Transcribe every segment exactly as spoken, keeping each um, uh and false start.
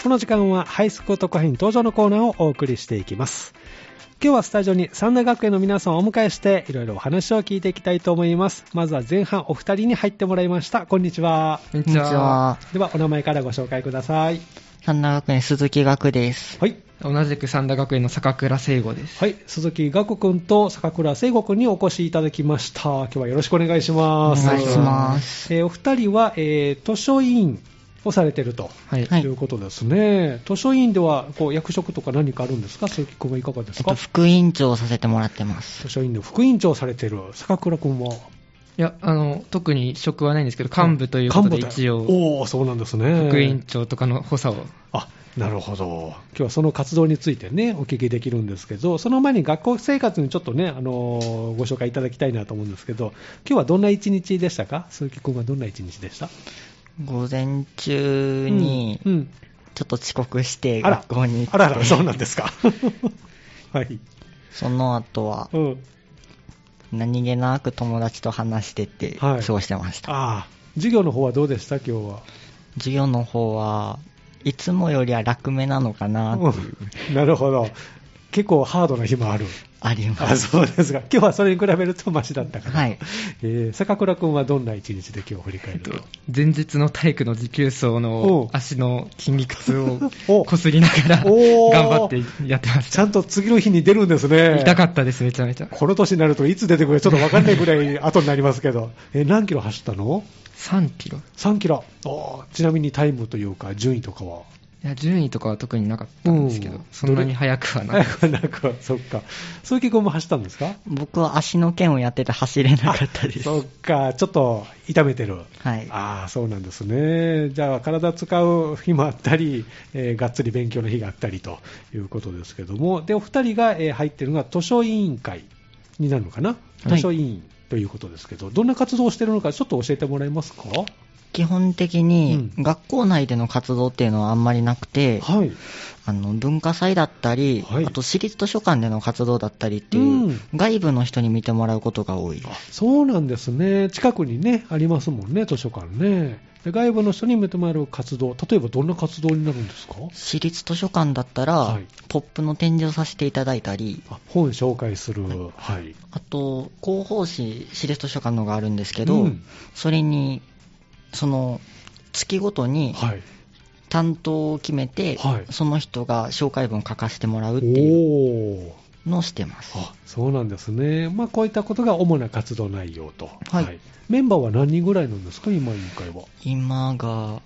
この時間はハイスクール特派員登場のコーナーをお送りしていきます。今日はスタジオに三田学園の皆さんをお迎えしていろいろお話を聞いていきたいと思います。まずは前半お二人に入ってもらいました。こんにちは。 こんにちは。 ではお名前からご紹介ください。 三田学園鈴木学です。 はい。 同じく三田学園の坂倉聖吾です。 はい。鈴木学くんと坂倉聖吾くんにお越しいただきました。今日はよろしくお願いします。 お願いします。 えー、お二人は、えー、図書委員をされていると、はい、いうことですね。図書委員ではこう役職とか何かあるんですか？鈴木くんはいかがですか？ えっと、副委員長をさせてもらってます。 図書委員の副委員長をされている坂倉くんは？ いや、あの、特に職はないんですけど、幹部ということで一応、 おー、そうなんですね。 副委員長とかの補佐を。 あ、なるほど。今日はその活動についてね、お聞きできるんですけど、その前に学校生活にちょっとね、あのー、ご紹介いただきたいなと思うんですけど、今日はどんな一日でしたか？鈴木くんはどんな一日でした？ 午前中に、ちょっと遅刻して学校に行って、 あら、あらあら、そうなんですか。はい。 その後は、うん何気なく友達と話してて過ごしてました、 はい、ああ、授業の方はどうでした今日は？ 授業の方はいつもよりは楽めなのかなっていう、 うん、なるほど。結構ハードな日もある？ あります。 あ、そうですか。今日はそれに比べるとマシだったかな。 はい。 えー、坂倉君はどんな一日で今日振り返ると？ 前日の体育の持久走の足の筋肉痛をこすりながら頑張ってやってました。 ちゃんと次の日に出るんですね。 痛かったです、めちゃめちゃ。 この年になるといつ出てくるかちょっと分かんないぐらい後になりますけど。えー、何キロ走ったの？ さんキロ。 さんキロ。ちなみにタイムというか順位とかは？ いや、順位とかは特になかったんですけど、うん、そんなに速くはなく。 速くはなく、そっか。鈴木君も走ったんですか？ 僕は足の腱をやってて走れなかったです。 そっか、ちょっと痛めてる。 はい。 ああ、そうなんですね。じゃあ、体使う日もあったり、えー、がっつり勉強の日があったりということですけども、で、お二人が、えー、入ってるのが図書委員会になるのかな？図書委員ということですけど、はい、どんな活動をしているのかちょっと教えてもらえますか？ 基本的に学校内での活動っていうのはあんまりなくて、はい、あの文化祭だったり、はい、あと私立図書館での活動だったりっていう、うん、外部の人に見てもらうことが多い。 あ、そうなんですね。近くにねありますもんね、図書館ね。で、外部の人に見てもらう活動、例えばどんな活動になるんですか？ 私立図書館だったら、はい、ポップの展示をさせていただいたり、 あ、本紹介する、はいはい、 あと広報誌私立図書館のがあるんですけど、うん、それにその月ごとに担当を決めて、はい、その人が紹介文を書かせてもらうっていうのをしてます。 あ、そうなんですね。まあ、こういったことが主な活動内容と、 はいはい、 メンバーは何人ぐらいなんですか、今委員会は？ 今が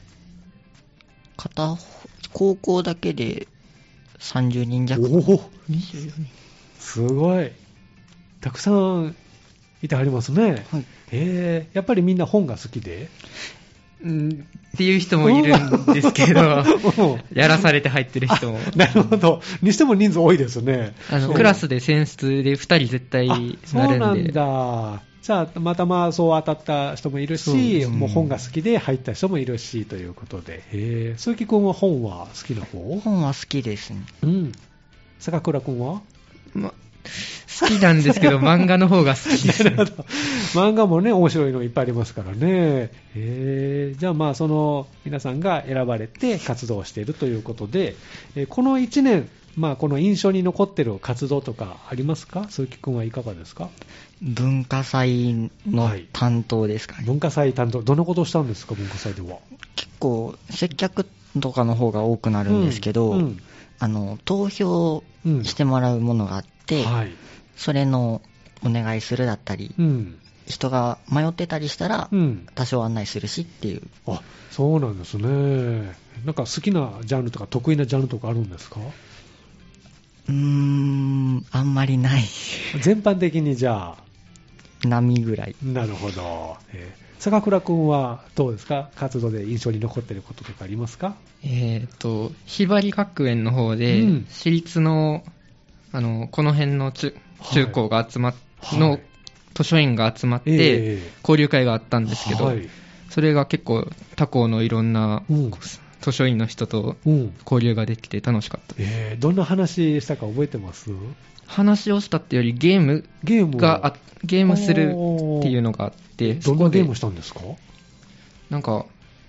片高校だけでさんじゅうにん弱。おお、にじゅうよにん。 すごいたくさんいてはりますね。はい、えー、やっぱりみんな本が好きで、 うんっていう人もいるんですけど、やらされて入ってる人も。 なるほど。にしても人数多いですね。 あのクラスで選出でふたり絶対なるんで。 そうなんだ。じゃあたまたまそう当たった人もいるし、もう本が好きで入った人もいるしということで。へー、鈴木君は本は好きな方？ 本は好きですね。 うん。坂倉君は？ ま好きなんですけど漫画の方が好きです、ね、 なるほど。漫画もね面白いのいっぱいありますからね。えー、じゃあまあその皆さんが選ばれて活動しているということで、えー、このいちねん、まあ、この印象に残っている活動とかありますか？鈴木君はいかがですか？ 文化祭の担当ですかね。はい、 文化祭担当、どんなことをしたんですか？文化祭では結構接客とかの方が多くなるんですけど、うんうん、あの投票してもらうものがあって、うんはい、それのお願いするだったり、うん、人が迷ってたりしたら、うん、多少案内するしっていう。 あ、そうなんですね。なんか好きなジャンルとか得意なジャンルとかあるんですか？ うーん、あんまりない。 全般的にじゃあ波ぐらい。 なるほど。えー、坂倉君はどうですか？活動で印象に残っていることとかありますか？ えーと、ひばり学園の方で、うん、私立の、あの、この辺の 中, 中高が集まっ、はい、の図書院が集まって、えー、交流会があったんですけど、はい、それが結構他校のいろんな、うん、図書院の人と交流ができて楽しかったです。 えー、どんな話したか覚えてます？ 話をしたってよりゲームがあゲームするっていうのがあって、 どんなゲームしたんですか？ なんか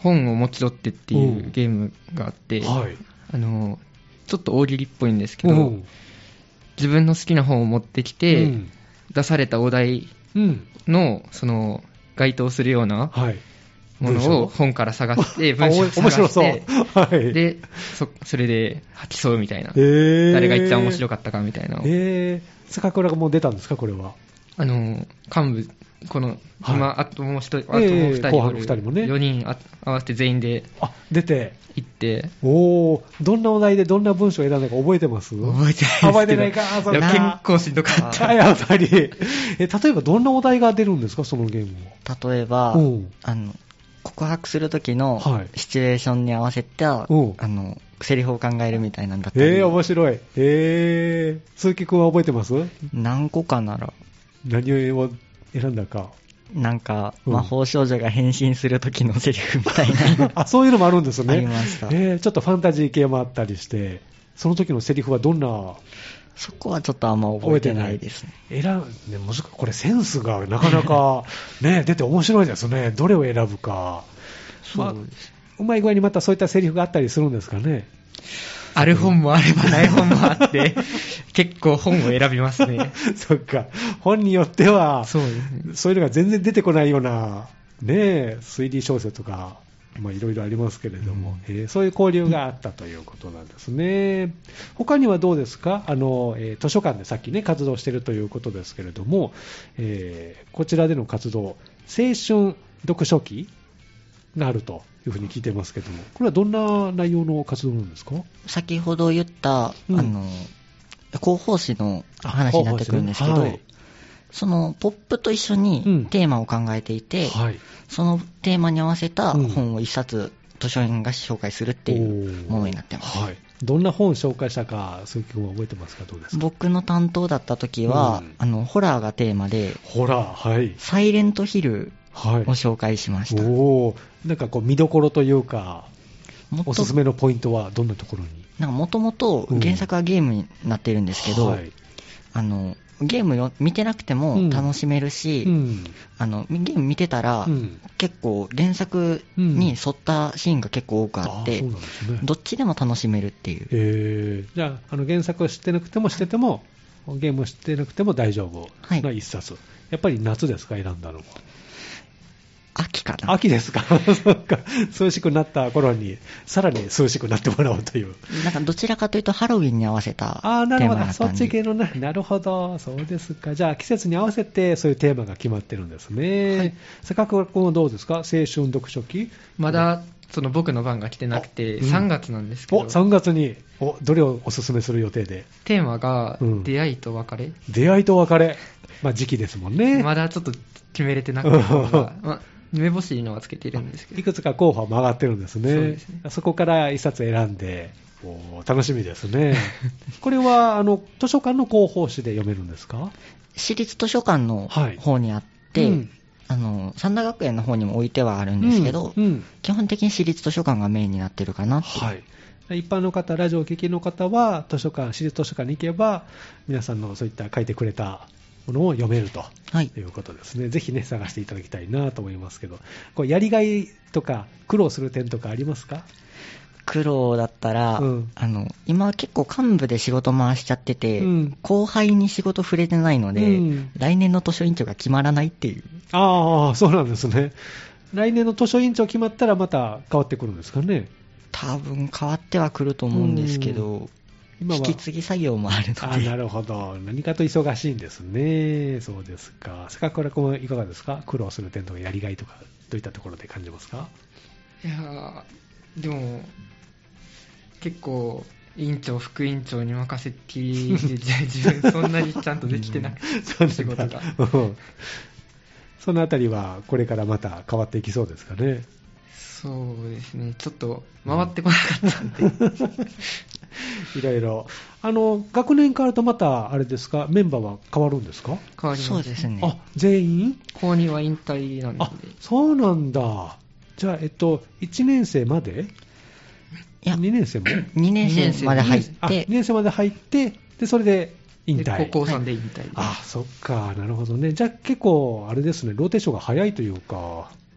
本を持ち寄ってっていうゲームがあって、はい、あのちょっと大喜利っぽいんですけど、自分の好きな本を持ってきて、うん、出されたお題の、その該当するようなものを本から探して文章を探して、はい、で そ, それで競うみたいな、えー、誰が一番面白かったかみたいな。 えー、坂倉がもう出たんですかこれは。 あの幹部この今、はい、あともう一人、あともう二人、えー、後半の二人もね、よにんあ合わせて全員であ出て行って、 おー、どんなお題でどんな文章を選んだか覚えてます？ 覚えてないです。 覚えてないか。 そいや結構しんどかった。 やっぱりえ例えばどんなお題が出るんですかそのゲームは。例えば、うん、あの告白する時のシチュエーションに合わせた、はい、あのセリフを考えるみたいなんだったり。 えー、面白い。えー、鈴木くんは覚えてます？ 何個かなら。 何を選んだか。 なんか、魔法少女が変身する時のセリフみたいな、うん、 あ、そういうのもあるんですね。 ありました。 えー、ちょっとファンタジー系もあったりして、その時のセリフはどんな？ そこはちょっとあんま覚えてないですね。 選ぶね、難しい。これセンスがなかなかね出て面白いですね。どれを選ぶか。そうです。まあ、うまい具合にまたそういったセリフがあったりするんですかね。 ある本もあればない本もあって結構本を選びますね。 そっか、本によってはそうですね、 そういうのが全然出てこないようなね推理小説とかまあいろいろありますけれども、うん、えー、そういう交流があったということなんですね。他にはどうですか？あの、えー、図書館でさっきね活動しているということですけれども、えー、こちらでの活動、青春読書期があるというふうに聞いてますけども、これはどんな内容の活動なんですか？ 先ほど言った、うん、あの広報誌の話になってくるんですけど、はい、そのポップと一緒にテーマを考えていて、うん、はい、そのテーマに合わせた本を一冊図書館が紹介するっていうものになってます。 はい、どんな本を紹介したか鈴木君は覚えてますか？どうですか？ 僕の担当だった時は、うん、あのホラーがテーマで、 ホラー、はい、 サイレントヒルを紹介しました。はい、 おー、なんかこう見どころというかおすすめのポイントはどんなところに？ なんかもともと原作はゲームになっているんですけど、うん、はい、あのゲームを見てなくても楽しめるし、うん、あのゲーム見てたら、うん、結構原作に沿ったシーンが結構多くあって、うん、あ、そうなんですね、どっちでも楽しめるっていう。 えー、じゃあ、あの原作を知ってなくても知っててもゲームを知ってなくても大丈夫な一冊、はい、やっぱり夏ですか選んだのは？ 秋かな。 秋ですか。そうか、涼しくなった頃にさらに涼しくなってもらおうという。 なんかどちらかというとハロウィンに合わせたテーマだったんで。 ああ、なるほど、そっち系のね。なるほど、そうですか。じゃあ季節に合わせてそういうテーマが決まってるんですね。はい、坂倉君はどうですか？青春読書期。 まだその僕の番が来てなくて、うん、さんがつなんですけど。 お、さんがつにおどれをおすすめする予定で？ テーマが出会いと別れ、うん、 出会いと別れ、まあ時期ですもんね。 まだちょっと決めれてなくてまあ目星のはつけているんですけど、 いくつか候補も上がってるんですね。そうですね。そこから一冊選んで、お楽しみですね。これはあの図書館の広報誌で読めるんですか？ 私立図書館の方にあって、はい、うん、あの三田学園の方にも置いてはあるんですけど、うんうん、基本的に私立図書館がメインになってるかなって。はい。 一般の方、ラジオを聞きの方は図書館、私立図書館に行けば皆さんのそういった書いてくれたものを読めると、はい、いうことですね。ぜひね探していただきたいなと思いますけど、こうやりがいとか苦労する点とかありますか？ 苦労だったら、うん、あの今結構幹部で仕事回しちゃってて、うん、後輩に仕事触れてないので、うん、来年の図書委員長が決まらないっていう。 ああ、そうなんですね。来年の図書委員長決まったらまた変わってくるんですかね？ 多分変わってはくると思うんですけど、今は引き継ぎ作業もあるので。 あ、なるほど。何かと忙しいんですね。そうですか。坂倉君はいかがですか？苦労する点とかやりがいとかどういったところで感じますか？ いやでも結構委員長副委員長に任せっきりで自分そんなにちゃんとできてなくて仕事がそのあたりはこれからまた変わっていきそうですかね？ そうですね、ちょっと回ってこなかったんで、うん、 いろいろあの学年変わるとまたあれですか、メンバーは変わるんですか？ 変わります。そうですね。 あ、全員高には引退なんで。 あ、そうなんだ。じゃあ、えっと、いちねん生まで？ いや、 にねん生もにねん生まで入って、 にねん生まで入って、でそれで引退。 高校さんで引退、はい、 あ、そっか、なるほどね。じゃあ結構あれですね、ローテーションが早いというか。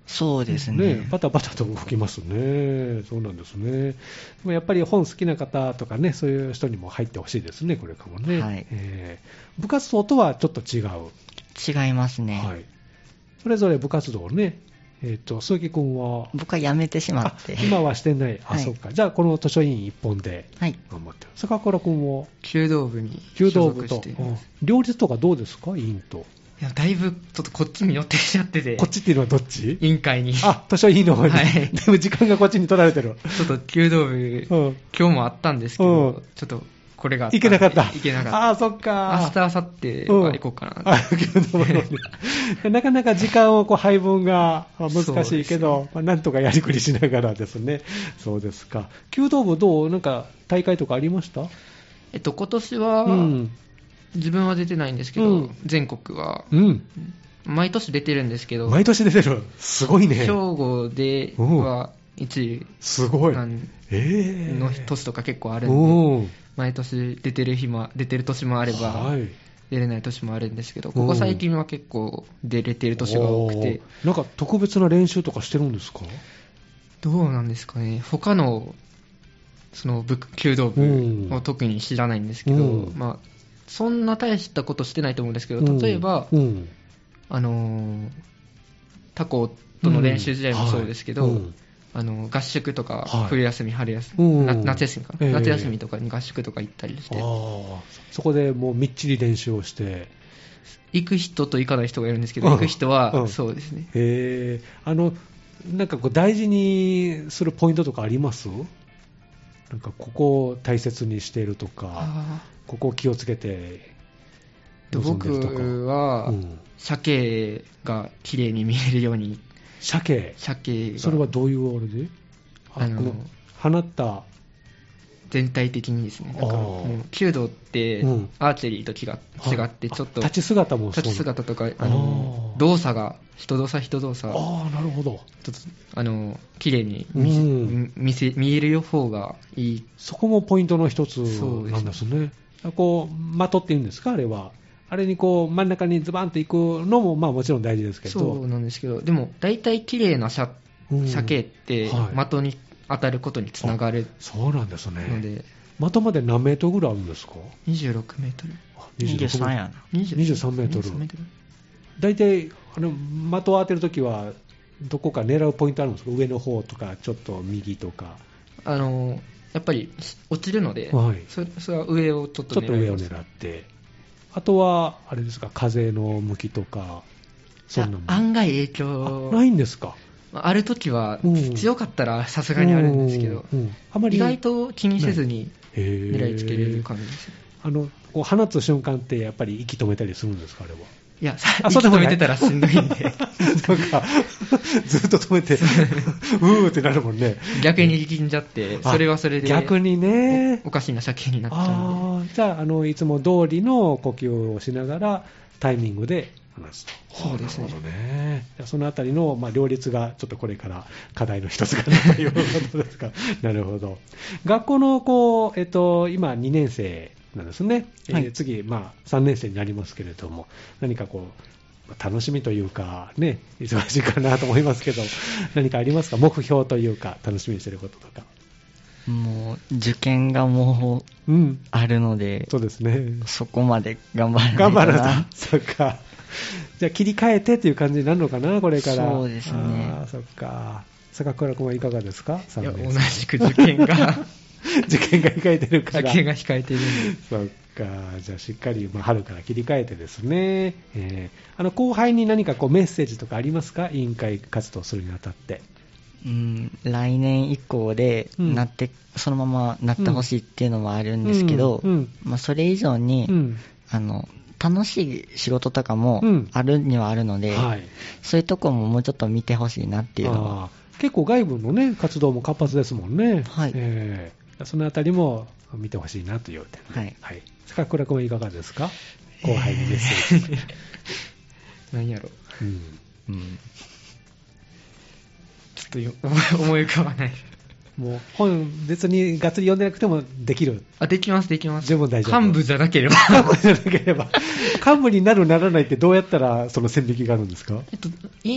そうですね。 ね、バタバタと動きますね。そうなんですね。でもやっぱり本好きな方とかね、そういう人にも入ってほしいですね、これからもね。 はい、 えー、部活動とはちょっと違う。 違いますね。 はい。それぞれ部活動をね、えっ、ー、と、鈴木君は僕は辞めてしまって。 今はしてない。あ、 はい、 そうか。じゃあ、この図書委員一本で頑張ってる。坂倉君は弓道部に弓道部と、うん、両立とかどうですか、委員と。 いや、だいぶちょっとこっちに寄ってきちゃってて。 こっちっていうのはどっち？ 委員会に。 あ、図書委員の方に。 はい。 でも時間がこっちに取られてる。 ちょっと弓道部、うん、今日もあったんですけど、うん、ちょっとこれが。 いけなかった。 いけなかった。 あ、そっか。 明日、明後日は行こうかな。 うん、あ、弓道部の方に。なかなか時間をこう配分が難しいけど、ね、まあ、なんとかやりくりしながらですね。そうですか。弓道部どう？なんか大会とかありました？ えっと、今年は、うん、自分は出てないんですけど、うん、全国は、うん、毎年出てるんですけど、 毎年出てる、すごいね。 兵庫ではいちいすごいの年とか結構あるんで、毎年出てる日も出てる年もあれば、はい、出れない年もあるんですけど、ここ最近は結構出れてる年が多くて。 なんか特別な練習とかしてるんですか？ どうなんですかね。他のその弓道部を特に知らないんですけど、うん、まあそんな大したことしてないと思うんですけど、例えば、うんうん、あのー、他校との練習試合もそうですけど、うんはい、あの合宿とか、はい、冬休み、春休み、うん、夏休みかな、えー、夏休みとかに合宿とか行ったりして、あ、 そこでもうみっちり練習をして、 行く人と行かない人がいるんですけど、行く人はそうですね。 へー、あのなんかこう大事にするポイントとかあります？なんかここを大切にしているとか、ここを気をつけて臨んでるとか。 僕は、うん、鮭が綺麗に見えるように。 鮭？ 鮭が。 それはどういうあれで？ああのこの放った。 全体的にですね。なんか弓道ってアーチェリーと違ってちょっと、 立ち姿もそう、 立ち姿とかあの動作が一動作一動作、 ああ、なるほど、 ちょっとあの綺麗に 見,、うん、見, せ見える方がいい。 そこもポイントの一つなんですね。こう的っていうんですか、あれは。あれにこう真ん中にズバンといくのもまあもちろん大事ですけど。 そうなんですけど、でも大体綺麗な射径って的に当たることにつながる、 そうなんですね。 ので的まで何メートルぐらいあるんですか？ にじゅうろくメートル。 にじゅうさんやな。 にじゅうさんメートル。大体あの的を当てるときはどこか狙うポイントあるんですか？上の方とかちょっと右とか。 あのやっぱり落ちるので、はい、そ, それは上をちょっと狙います。 ちょっと上を狙って、あとはあれですか、風の向きとか、そんなもん。 案外影響ないんですか？ あるときは強かったらさすがにあるんですけど、うんうんうん、あまり意外と気にせずに狙いつけれる感じです。 あのこう放つ瞬間ってやっぱり息止めたりするんですか？あれは。 いや、息止めてたらしんどいんでそうか、ずっと止めてうーってなるもんね。 逆に力んじゃって、それはそれで逆にねお, おかしな射径になっちゃうんで。 あ、じゃあ、あのいつも通りの呼吸をしながらタイミングで話すと。 そうですね。 なるほどね。そのあたりの、まあ、両立がちょっとこれから課題の一つかなということですか。なるほど。学校のこう、えっと、今にねん生なんですね。はい、えー、次、まあ、さんねん生になりますけれども、何かこう楽しみというかね、忙しいかなと思いますけど、何かありますか？目標というか楽しみにしていることとか。 もう受験がもうあるので、うん、 そうですね。 そこまで頑張らないとな。 頑張らず、そっか。じゃあ切り替えてという感じになるのかな、これから。 そうですね。 あ、そっか。坂倉君はいかがですか？ いや、同じく受験が受験が控えてるから。 受験が控えてるんで。 そっか。じゃあしっかり、まあ、春から切り替えてですね。えー、あの後輩に何かこうメッセージとかありますか？委員会活動するにあたって。 うん、来年以降でなって、うん、そのままなってほしいっていうのもあるんですけど、うんうんまあ、それ以上に、うん、あの楽しい仕事とかもあるにはあるので、うんはい、そういうとこももうちょっと見てほしいなっていうのは。 結構外部の、ね、活動も活発ですもんね、はいえー、そのあたりも見てほしいなという点で、はいはい、坂倉君はいかがですか？後輩にメッセージ。 何やろ、 うんうん、 ちょっと思い浮かばない。 もう本別にがっつり読んでなくてもできる。 あ、できますできます。 十分大丈夫。 幹部じゃなければ。 幹部じゃなければ。幹部になるならないってどうやったらその線引きがあるんですか？ えっと委員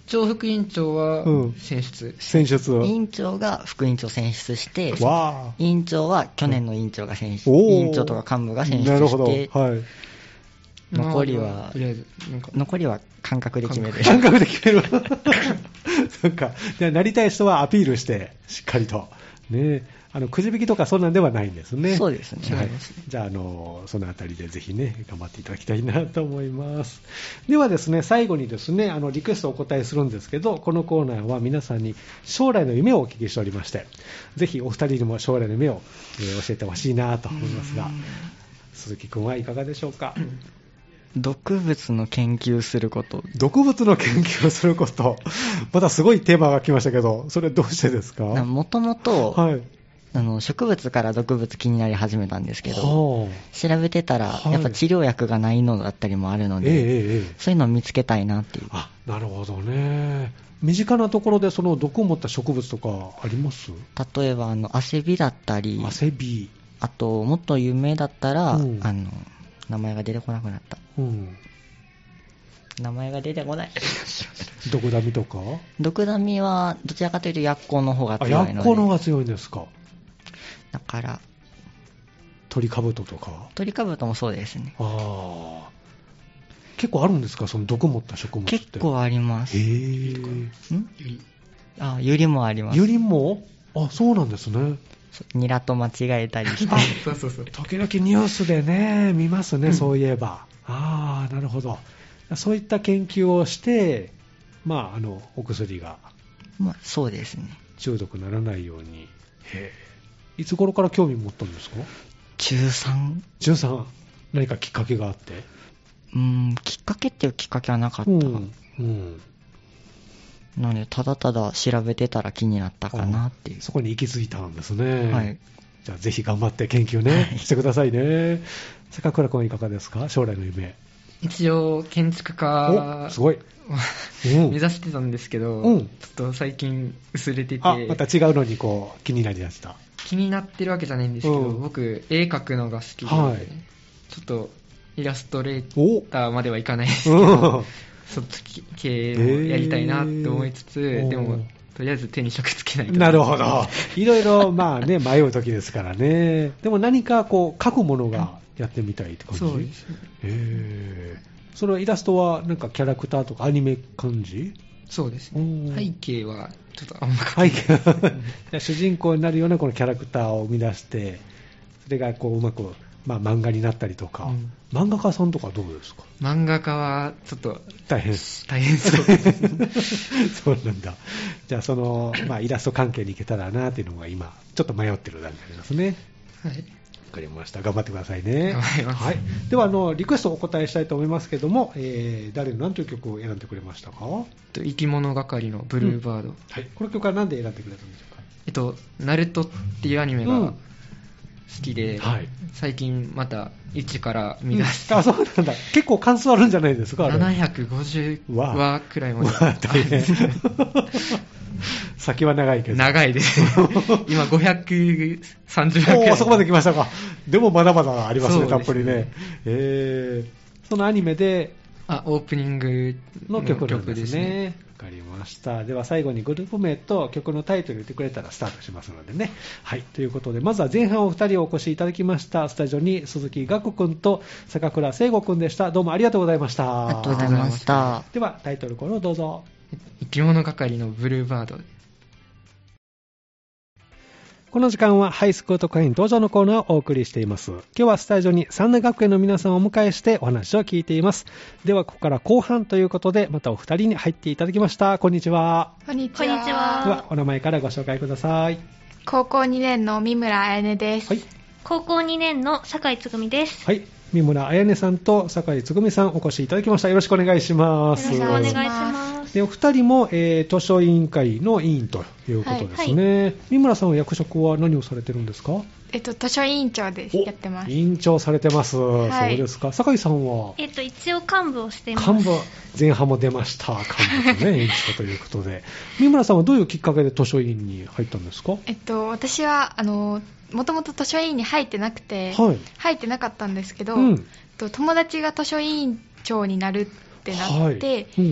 長副委員長は選出、うん、 選出委員長が副委員長選出して、 わ委員長は去年の委員長が選出、うん、委員長とか幹部が選出して、なるほど、はい、残りは残りは感覚で決める。 感覚で決める。そうか。じゃあなりたい人はアピールしてしっかりとね。あのくじ引きとかそんなんではないんですね。 そうですね。 はい、じゃあ、あのそのあたりでぜひね頑張っていただきたいなと思います。ではですね、最後にですね、あのリクエストをお答えするんですけど、このコーナーは皆さんに将来の夢をお聞きしておりまして、ぜひお二人にも将来の夢を、えー、教えてほしいなと思いますが、鈴木君はいかがでしょうか。 毒物の研究すること。 毒物の研究をすること。またすごいテーマが来ましたけど、それどうしてですか。 もともと、はい、あの植物から毒物気になり始めたんですけど、はあ、調べてたら、はい、やっぱ治療薬がないのだったりもあるので、えー、そういうのを見つけたいなっていう。 あ、なるほどね。身近なところでその毒を持った植物とかあります？ 例えばあのアセビだったり、 アセビ、 あともっと有名だったら、うん、あの名前が出てこなくなった、うん、名前が出てこない。 毒ダミとか？ 毒ダミはどちらかというと薬効の方が強いので。 薬効の方が強いんですか。 だからトリカブトとか。 トリカブトもそうですね。 あ、結構あるんですか、その毒持った植物って。 結構あります。 へー。 ん？あ、ユリもあります。 ユリも？あ、そうなんですね。 ニラと間違えたりして。 そうそうそう。時々ニュースでね見ますね、うん、そういえば。ああ、なるほど。そういった研究をして、まああのお薬が。 まあそうですね。 中毒にならないように。へー。いつ頃から興味持ったんですか？ 中さん。 中さん。何かきっかけがあって？ うーん、きっかけっていうきっかけはなかった。うん。うん、なので、ただただ調べてたら気になったかなっていう。 そこに行き着いたんですね。 はい。 じゃあぜひ頑張って研究ね、はい、してくださいね。坂倉君いかがですか、将来の夢。 一応建築家すごい目指してたんですけど、うん、ちょっと最近薄れてて、 あ、また違うのにこう気になりだした。 気になってるわけじゃないんですけど、うん、僕絵描くのが好きで、はい、ちょっとイラストレーターまではいかないですけど、そっち系をやりたいなって思いつつ、えー、でもとりあえず手に職つけないと。 なるほど。いろいろまあね迷う時ですからね。でも何かこう描くものがやってみたいって感じ。 そうですね。 へー。それはイラストはなんかキャラクターとかアニメ感じ？ そうですね。背景はちょっとあんま描けない。 背景主人公になるようなこのキャラクターを生み出して、それがこううまく、まあ、漫画になったりとか、うん、漫画家さんとかどうですか？ 漫画家はちょっと大変大変そうですそうなんだ。じゃあその、まあ、イラスト関係に行けたらなっていうのが今ちょっと迷ってる段階ですね。 はい、 わかりました。頑張ってくださいね。 頑張ります。 はい。ではあのリクエストをお答えしたいと思いますけども、えー、誰の何という曲を選んでくれましたか？ 生き物係のブルーバード、うん、 はい。この曲は何で選んでくれたんでしょうか？ えっとナルトっていうアニメが好きで、うん、はい、最近また一から見出して、 うん、あ、そうなんだ。結構関数あるんじゃないですか？ ななひゃくごじゅうわくらいまで大変先は長いけど長いです今ごひゃくさんじゅうわくらい。 おー、そこまで来ましたか。でもまだまだありますね、たっぷりね。えー、そのアニメであオープニングの曲なんですね。わかりました。では最後にグループ名と曲のタイトル言ってくれたらスタートしますのでね。はい。ということで、まずは前半お二人お越しいただきました。スタジオに鈴木岳くんと坂倉聖吾くんでした。どうもありがとうございました。 ありがとうございました。 ではタイトルコールをどうぞ。 生き物係のブルーバード。 この時間はハイスクート会員登場のコーナーをお送りしています。今日はスタジオに三大学園の皆さんをお迎えしてお話を聞いています。ではここから後半ということで、またお二人に入っていただきました。こんにちは。 こんにちは。ではお名前からご紹介ください。 高校にねんの三村彩音です。 はい。高校にねんの酒井つぐみです。 はい。三村彩音さんと酒井つぐみさんお越しいただきました。よろしくお願いします。 よろしくお願いします。 でお二人も、えー、図書委員会の委員ということですね。はいはい、三村さんは役職は何をされてるんですか？ えっと、図書委員長です。やってます。 委員長されてます。はい、そうですか。酒井さんは、 えっと、一応幹部をしています。 幹部、前半も出ました。幹部とね、委員長ということで。三村さんはどういうきっかけで図書委員に入ったんですか？ えっと、私は、あの、もともと図書委員に入ってなくて、はい、入ってなかったんですけど、うん、友達が図書委員長になるってなって、はい、うん、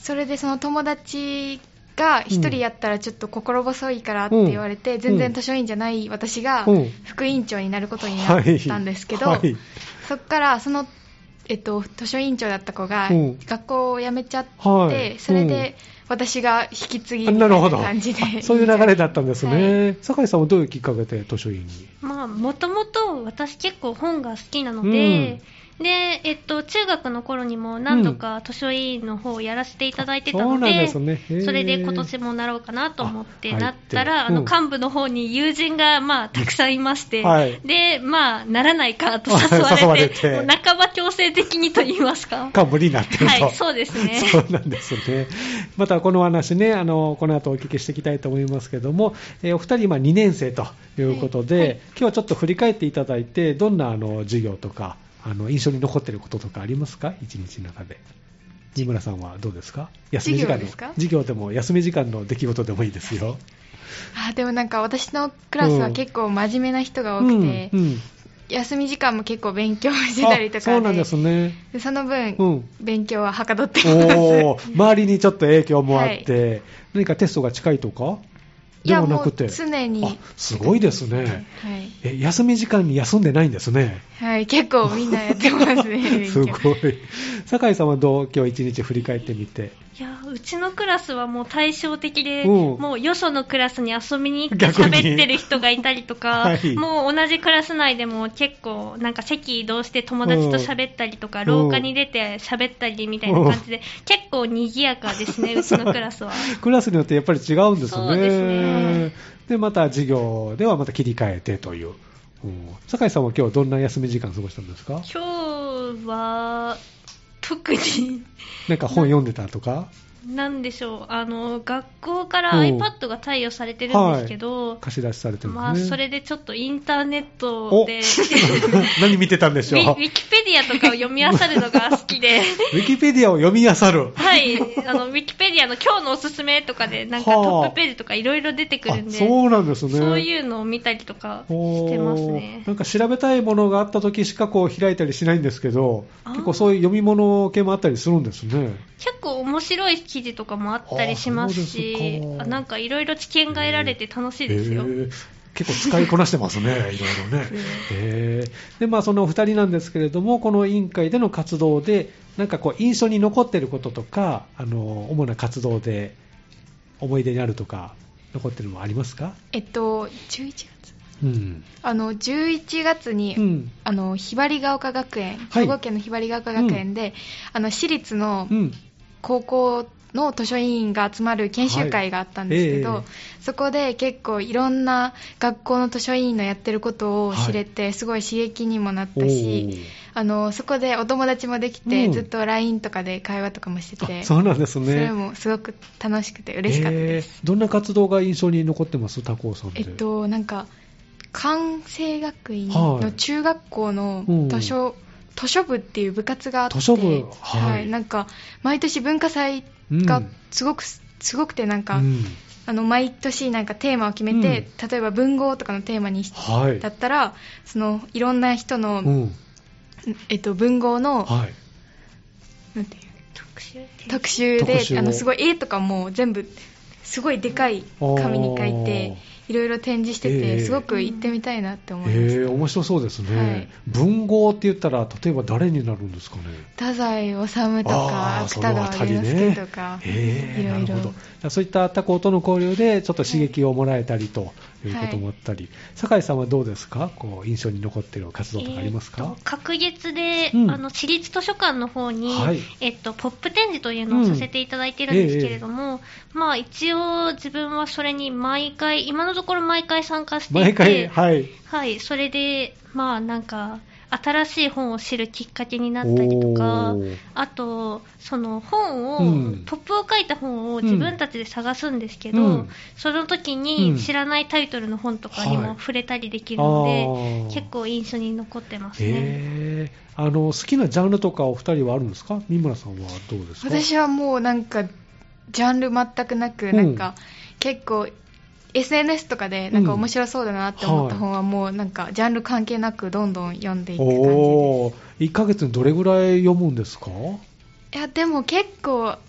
それでその友達が一人やったらちょっと心細いからって言われて、うん、全然図書委員じゃない私が副委員長になることになったんですけど、はいはい、そっからその、えっと、図書委員長だった子が学校を辞めちゃって、はい、それで私が引き継ぎみたいな感じで、 そういう流れだったんですね、はい、酒井さんはどういうきっかけで図書委員に？ まあ、もともと私結構本が好きなので、うん、で、えっと、中学の頃にも何度か図書委員の方をやらせていただいてたので、うん、そうなんですね。それで今年もなろうかなと思ってなったら、あの、幹部の方に友人がまあたくさんいまして、はい、で、まあ、ならないかと誘われて、誘われてもう半ば強制的にと言いますか。 幹部になってると。 はい、そうですね。 そうなんですね。またこの話ね、あの、この後お聞きしていきたいと思いますけども、えー、お二人今にねん生ということで、はいはい、今日はちょっと振り返っていただいて、どんなあの授業とか、あの印象に残っていることとかありますか？一日の中で。新村さんはどうですか？休み時間の授業ですか？ 授業でも休み時間の出来事でもいいですよ。 あ、でもなんか私のクラスは結構真面目な人が多くて、うんうん、休み時間も結く勉強してたりとかで、 そうなんですね。 でその分、うん、勉強ははかどってます。 お周りにちょっと影響もあって、はい、何かテストが近いとかではなくて、 いやもう常に。 あ、すごいですね、はい、え休み時間に休んでないんですね。 はい、結構みんなやってますね。 すごい。酒井さんはどう、今日一日振り返ってみて？ いや、うちのクラスはもう対照的で、うん、もうよそのクラスに遊びに行って喋ってる人がいたりとか、はい、もう同じクラス内でも結構なんか席移動して友達と喋ったりとか、うん、廊下に出て喋ったりみたいな感じで、うん、結構賑やかですね、うちのクラスは。 クラスによってやっぱり違うんですね。 そうですね。 で、また授業ではまた切り替えてという。うん、酒井さんは今日どんな休み時間過ごしたんですか？ 今日は特になんか本読んでたとか？ なんでしょう、あの学校から iPad が貸与されてるんですけど、 はい、貸し出しされてるんですね。 まあ、それでちょっとインターネットで何見てたんでしょう。 ウィキペディアとかを読み漁るのが好きでウィキペディアを読み漁るはい、あのウィキペディアの今日のおすすめとかでなんかトップページとかいろいろ出てくるんで、 そうなんですね。 そういうのを見たりとかしてますね。 なんか調べたいものがあった時しかこう開いたりしないんですけど、結構そういう読み物系もあったりするんですね。 結構面白い記事とかもあったりしますし、あ、なんかいろいろ知見が得られて楽しいですよ。 結構使いこなしてますね、いろいろね。えー、で、まあそのお二人なんですけれども、この委員会での活動で、なんかこう印象に残っていることとか、あの主な活動で思い出にあるとか残っているのはありますか？ えっとじゅういちがつ。 うん、あのじゅういちがつに、うん、あのひばりが丘学園、兵庫県のひばりが丘学園で、うん、あの私立の高校の図書委員が集まる研修会があったんですけど、はい、えー、そこで結構いろんな学校の図書委員のやってることを知れて、はい、すごい刺激にもなったし、あのそこでお友達もできて、うん、ずっと ライン とかで会話とかもしてて、 そうなんですね。 それもすごく楽しくて嬉しかったです。 えー、どんな活動が印象に残ってます？他校さんで。 えっとなんか関西学院の中学校の図書、はい、うん、図書部っていう部活があって、 図書部、はいはい、なんか毎年文化祭がすごく、うん、すごくてなんか、うん、あの毎年なんかテーマを決めて、うん、例えば文豪とかのテーマに、はい、だったらそのいろんな人の、うん、えっと、文豪の、はい、なんていう特集、特集であのすごい絵とかも全部すごいでかい紙に書いていろいろ展示してて、えー、すごく行ってみたいなって思いました。 えー、面白そうですね、はい、文豪って言ったら例えば誰になるんですかね。 太宰治とか芥川龍之介とか、 えー、 いろいろ。 なるほど。そういった他校との交流でちょっと刺激をもらえたりということもあったり、はい、酒井さんはどうですか？こう印象に残っている活動とかありますか？ えー、隔月で、うん、あの私立図書館の方に、はい、えっと、ポップ展示というのをさせていただいているんですけれども、うん、えー、まあ、一応自分はそれに毎回今のところ毎回参加していて、 毎回、はい、 はい、それでまあなんか新しい本を知るきっかけになったりとか、あとその本を、うん、ポップを書いた本を自分たちで探すんですけど、うん、その時に知らないタイトルの本とかにも触れたりできるので、はい、結構印象に残ってますね。 えー、あの好きなジャンルとかお二人はあるんですか？三村さんはどうですか？ 私はもうなんかジャンル全くなく、なんか、うん、結構エスエヌエス とかでなんか面白そうだなって思った本はもうなんかジャンル関係なくどんどん読んでいく感じです。 おー、いっかげつにどれぐらい読むんですか？ いやでも結構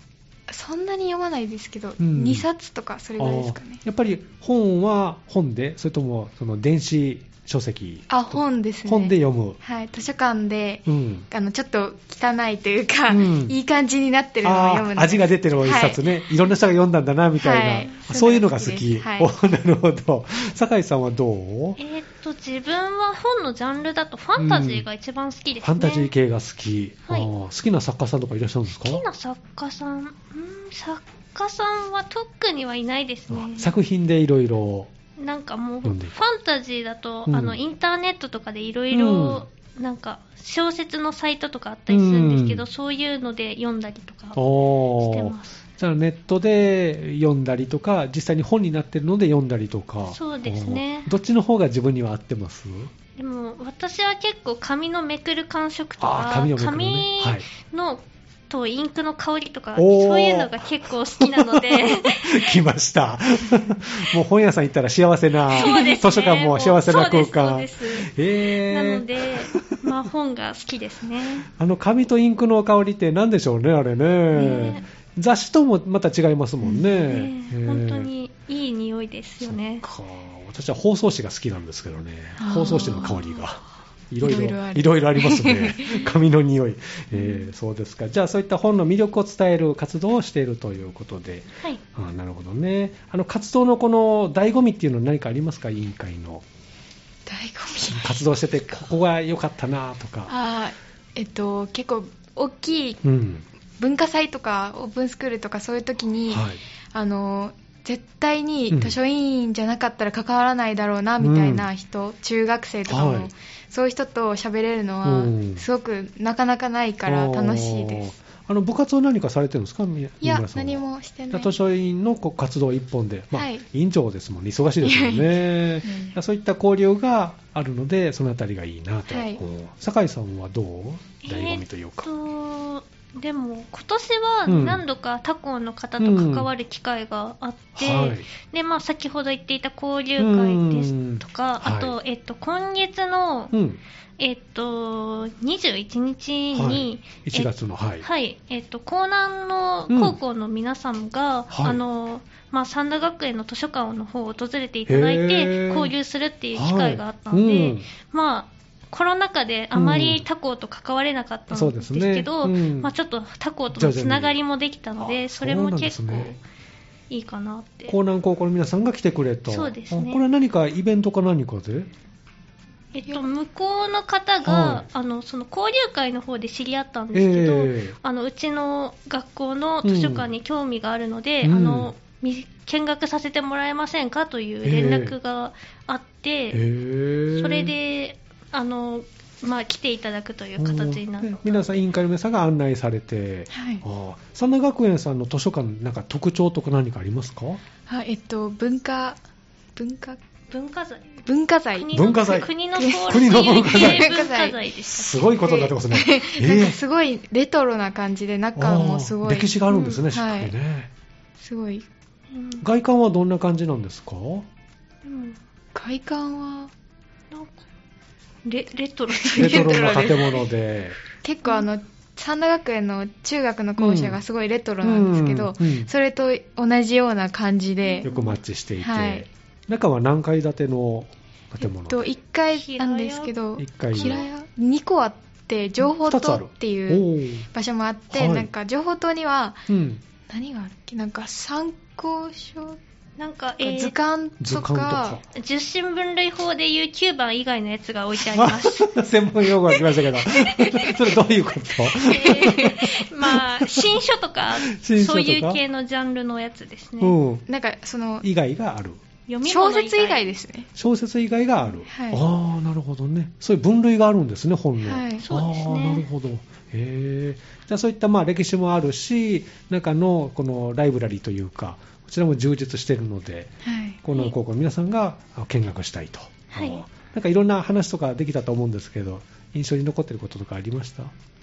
そんなに読まないですけど、うん、にさつとかそれぐらいですかね。 やっぱり本は本で、それともその電子書籍？ あ、本ですね。 本で読む。 はい、図書館で、うん、あのちょっと汚いというか、うん、いい感じになってるのを読むの。 味が出てる一冊ね、はい、いろんな人が読んだんだなみたいな、はい、そういうのが好き。はい、お、なるほど。酒井さんはどう？ えー、っと自分は本のジャンルだとファンタジーが一番好きですね。 ファンタジー系が好き。はい、好きな作家さんとかいらっしゃるんですか？ 好きな作家さん、うん、作家さんは特にはいないですね。 作品でいろいろ。 なんかもうファンタジーだと、うん、あのインターネットとかでいろいろなんか小説のサイトとかあったりするんですけど、うん、そういうので読んだりとかしてます。 じゃあネットで読んだりとか、実際に本になってるので読んだりとか。 そうですね。 どっちの方が自分には合ってます？ でも私は結構紙のめくる感触とか、 紙をめくるね、 紙の、はいとインクの香りとかそういうのが結構好きなので来ましたもう本屋さん行ったら幸せな、ね、図書館も幸せな空間。 そうです、そうです、えー、なので、まあ、本が好きですね。 あの紙とインクの香りって何でしょうね、あれ ね, ね雑誌ともまた違いますもんね、ねえー、本当にいい匂いですよね。 そっか、私は包装紙が好きなんですけどね、包装紙の香りがいろいろいろいろありますね紙の匂い、えー、そうですか。じゃあそういった本の魅力を伝える活動をしているということで、 はい、 あ、なるほどね。あの活動のこの醍醐味っていうのは何かありますか？委員会の醍醐味、 活動しててここが良かったなとか。 あ、えっと、結構大きい文化祭とか、うん、オープンスクールとかそういう時に、はい、あの絶対に図書委員じゃなかったら関わらないだろうなみたいな人、うん、中学生とかも、はい、そういう人と喋れるのはすごくなかなかないから楽しいです。 あの部活は何かされてるんですか？ いや、何もしてない。 図書委員の活動一本で、まあはい、委員長ですもんね、忙しいですよねうん、そういった交流があるのでそのあたりがいいなと、はい、酒井さんはどう？醍醐味というか。 えーっとでも今年は何度か他校の方と関わる機会があって、うんうんはい、でまあ、先ほど言っていた交流会ですとか、あと、はい、えっと、今月の、うんえっと、にじゅういちにちに、はい、 いちがつの、はい、 はい、えっと、江南の高校の皆さんが、うんあのまあ、三田学園の図書館の方を訪れていただいて交流するっていう機会があったので、はいうんまあコロナ禍であまり他校と関われなかったんですけど、うんねうんまあ、ちょっと他校とのつながりもできたので、それも結構いいかなって。 江南高校の皆さんが来てくれた。 そうですね。 これは何かイベントか何かで？ えっと、向こうの方が、はい、あのその交流会の方で知り合ったんですけど、えー、あのうちの学校の図書館に興味があるので、うん、あの見学させてもらえませんかという連絡があって、えー、それであの、まあ、来ていただくという形になった。 皆さん委員会の皆さんが案内されて、 はい、 あ三田学園さんの図書館なんか特徴とか何かありますか？ あ、えっと、文化文化文化財文化財文化財国の登録有形文化財でした。 すごいことになってますね、 えー、なんかすごいレトロな感じで中もすごい歴史があるんですね、うん、しっかりね、はい、 すごい、 うん、外観はどんな感じなんですか？うん、外観はなんかレ, レトロレトロな建物で結構あの三田学園の中学の校舎がすごいレトロなんですけど、うんうんうん、それと同じような感じでよくマッチしていて、はい、中は何階建ての建物？ えっと、いっかいなんですけど、いっかい平屋にこあって情報塔っていう場所もあって、なんか情報塔には、うん、何があるっけ、なんか参考書なんか、えー、図鑑とか十進分類法でいうきゅうばん以外のやつが置いてあります専門用語が来ましたけどそれどういうこと？ えー、まあ新書とかそういう系のジャンルのやつですね、 うん、 なんかその以外がある小説以外ですね。 小説以外がある、はい、ああなるほどね。そういう分類があるんですね、本の、 はい、そうですね。 あなるほど。へじゃあそういったまあ歴史もあるし、中のこのライブラリーというかこちらも充実しているので、はい、この高校の皆さんが見学したいと、はい、なんかいろんな話とかできたと思うんですけど、印象に残っていることとかありました？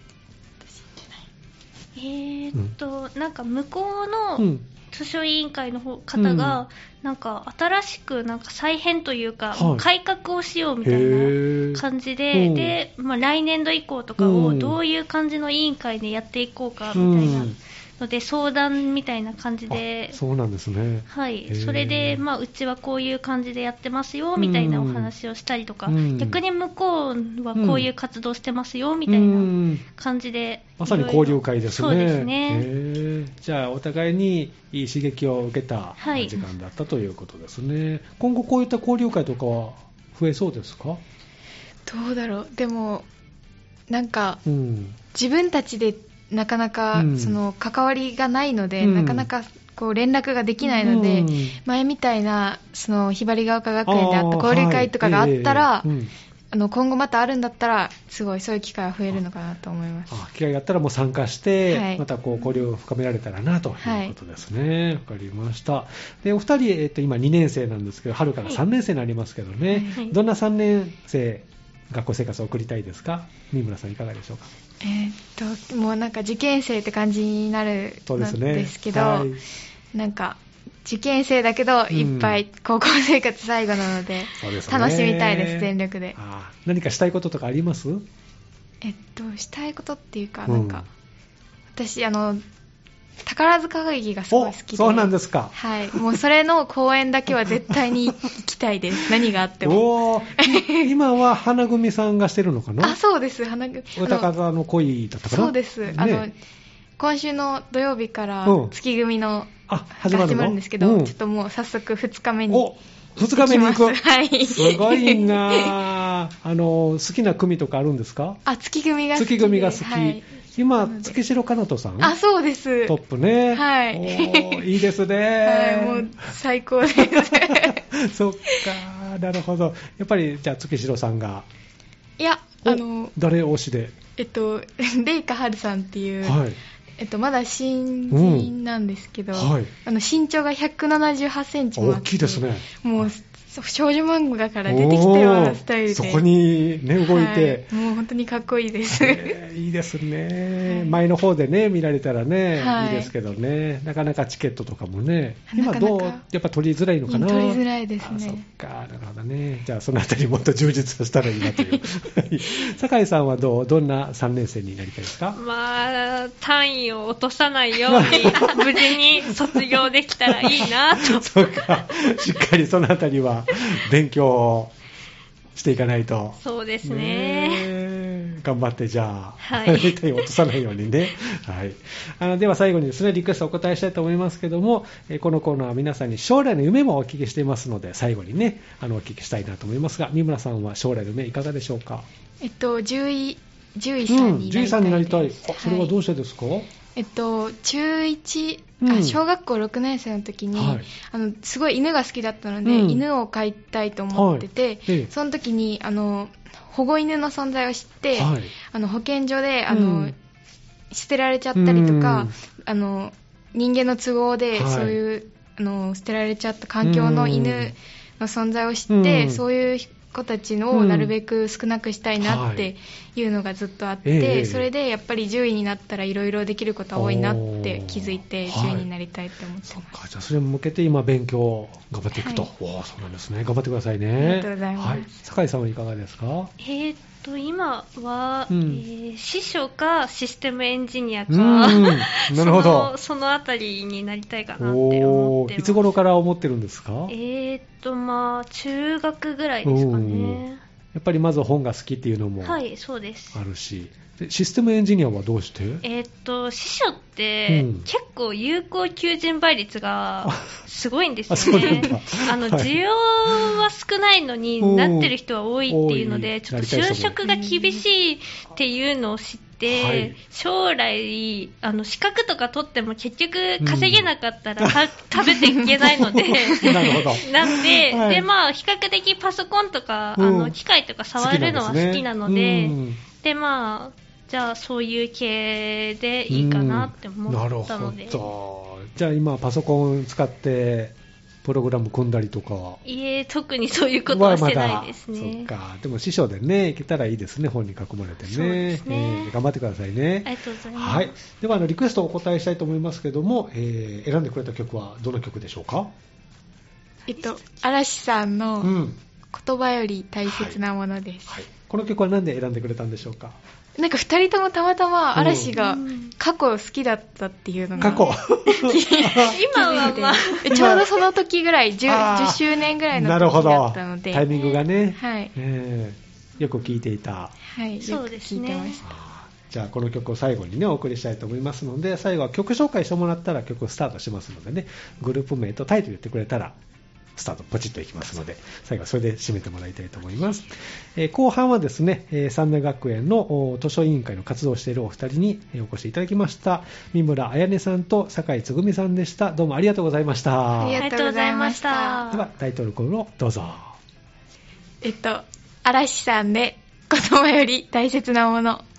えーっと、うん、なんか向こうの、うん図書委員会の方が、うん、なんか新しくなんか再編というか、はい、改革をしようみたいな感じで、で、まあ、来年度以降とかをどういう感じの委員会でやっていこうかみたいなので相談みたいな感じで、 そうなんですね。 はい、それで、まあ、うちはこういう感じでやってますよみたいなお話をしたりとか、逆に向こうはこういう活動してますよみたいな感じで、 まさに交流会ですね。 そうですね。 じゃあお互いにいい刺激を受けた時間だったということですね。はい、今後こういった交流会とかは増えそうですか？ どうだろう。でもなんか、うん、自分たちでなかなか、うん、その関わりがないので、うん、なかなかこう連絡ができないので、うん、前みたいなそのひばりが丘学園であった交流会とかがあったら、はいえーうん、あの今後またあるんだったらすごいそういう機会が増えるのかなと思います。 あ、機会があったらもう参加して、はい、またこう交流を深められたらなということですね。わ、はい、かりました。でお二人、えっと、今にねん生なんですけど、春からさんねん生になりますけどね、はい、どんなさんねん生学校生活を送りたいですか？三村さんいかがでしょうか？ えー、っともうなんか受験生って感じになるんですけど、ね、はい、なんか受験生だけど、うん、いっぱい高校生活最後なので、そうですね、楽しみたいです、全力で。 あ、何かしたいこととかあります？ えっとしたいことっていうか、なんか、うん、私あの宝塚歌劇がすごい好きで。 そうなんですか。 はい。もうそれの公演だけは絶対に行きたいです。何があっても。 お今は花組さんがしてるのかな？ あ、そうです。花組。 歌方の恋だったかな？ そうです。ね、あの今週の土曜日から月組の、うん、 あ、始まるの？ 始まるんですけど、うん、ちょっともう早速ふつかめに。お、 ふつかめに行く。 はい。 すごいな。あの好きな組とかあるんですか？ あ、月組が好き。 月組が好き。はい、今、月城かなとさん、 あ、そうです。 トップね。 はい。 おいいですね。 はい、もう最高です。 そっか、なるほど。やっぱりじゃあ月城さんが。 いや、あの誰推しで？ えっとレイカハルさんっていう。はい。えっと、まだ新人なんですけど、うん、はい、あの身長がひゃくななじゅうはちセンチもあって、 大きいですね。 もう少女漫画から出てきたようなスタイルで、 そこに、ね、動いて、 はい、もう本当にかっこいいです、 えー、いいですね、はい、前の方でね見られたらね、はい、いいですけどね、なかなかチケットとかもね、今どうやっぱ取りづらいのかな？ 取りづらいですね。 そっか、なるほどね。じゃあそのあたりもっと充実させたらいいなという酒井さんはどうどんなさんねん生になりたいですか？ まあ単位を落とさないように無事に卒業できたらいいなとそうか、しっかりそのあたりは勉強をしていかないと。 そうですね。 ね、頑張ってじゃあ、 はい、 絶対落とさないようにね。はい。あのでは最後にですね、リクエストをお答えしたいと思いますけども、えこのコーナーは皆さんに将来の夢もお聞きしていますので、最後にね、あのお聞きしたいなと思いますが、三村さんは将来の夢いかがでしょうか？ えっと獣医獣医さんになりたいです。うん、獣医さんになりたい。 あ、それはどうしてですか？はい、 えっと、中いち、うん、あ小学校ろくねん生の時に、はい、あのすごい犬が好きだったので、うん、犬を飼いたいと思ってて、はいええ、その時にあの保護犬の存在を知って、はい、あの保健所であの、うん、捨てられちゃったりとか、うん、あの人間の都合で、はい、そういうあの捨てられちゃった環境の犬の存在を知って、うん、そういう子たちのをなるべく少なくしたいなっていうのがずっとあって、うんはい、それでやっぱり獣医になったらいろいろできることは多いなって気づいて獣医になりたいって思ってます。 はい、そっか、じゃあそれに向けて今勉強を頑張っていくと、はい、おそうなんですね。頑張ってくださいね。 ありがとうございます。はい、 酒井さんはいかがですか？ えーと今は、うんえー、司書かシステムエンジニアか、なるほどその、そのあたりになりたいかなって思ってます。 いつ頃から思ってるんですか？ えーとまあ中学ぐらいですかね。 やっぱりまず本が好きっていうのもあるし、 はいそうです。 でシステムエンジニアはどうして？ えーと司書って、うん、結構有効求人倍率がすごいんですよね。あの需要は少ないのに、はい、なってる人は多いっていうので、ちょっと就職が厳しいっていうのを知って、はい、将来あの資格とか取っても結局稼げなかったら、うん、食べていけないのでなるほど。 なんで、はい、でまあ比較的パソコンとか、うん、あの機械とか触るのは好きなので、で、ねうん、まあじゃあそういう系でいいかなって思ったので、うん、なるほど。じゃあ今パソコン使ってプログラム組んだりとか？ いえ、特にそういうことはしてないですね。 まそっか。でも師匠でね、いけたらいいですね、本に囲まれてね。 そうですね、 えー、頑張ってくださいね。 ありがとうございます。 はい。ではあのリクエストをお答えしたいと思いますけども、えー、選んでくれた曲はどの曲でしょうか？ えっと嵐さんの言葉より大切なものです。 うんはいはい、この曲は何で選んでくれたんでしょうか？ なんかふたりともたまたま嵐が過去好きだったっていうのが過去今はまあちょうどその時ぐらい 10, じゅっしゅうねんぐらいの時だったので、 タイミングがね、 はい、 えー、よく聴いていた。 はい、よく聴いてました。 じゃあこの曲を最後にねお送りしたいと思いますので、最後は曲紹介してもらったら曲スタートしますのでね、グループ名とタイトル言ってくれたらスタートポチッといきますので、最後はそれで締めてもらいたいと思います。えー、後半はですね、えー、三名学園の図書委員会の活動をしているお二人にお越しいただきました。三村彩音さんと酒井つぐみさんでした。どうもありがとうございました。 ありがとうございました。 ではタイトルコールをどうぞ。 えっと嵐さんで言葉より大切なもの。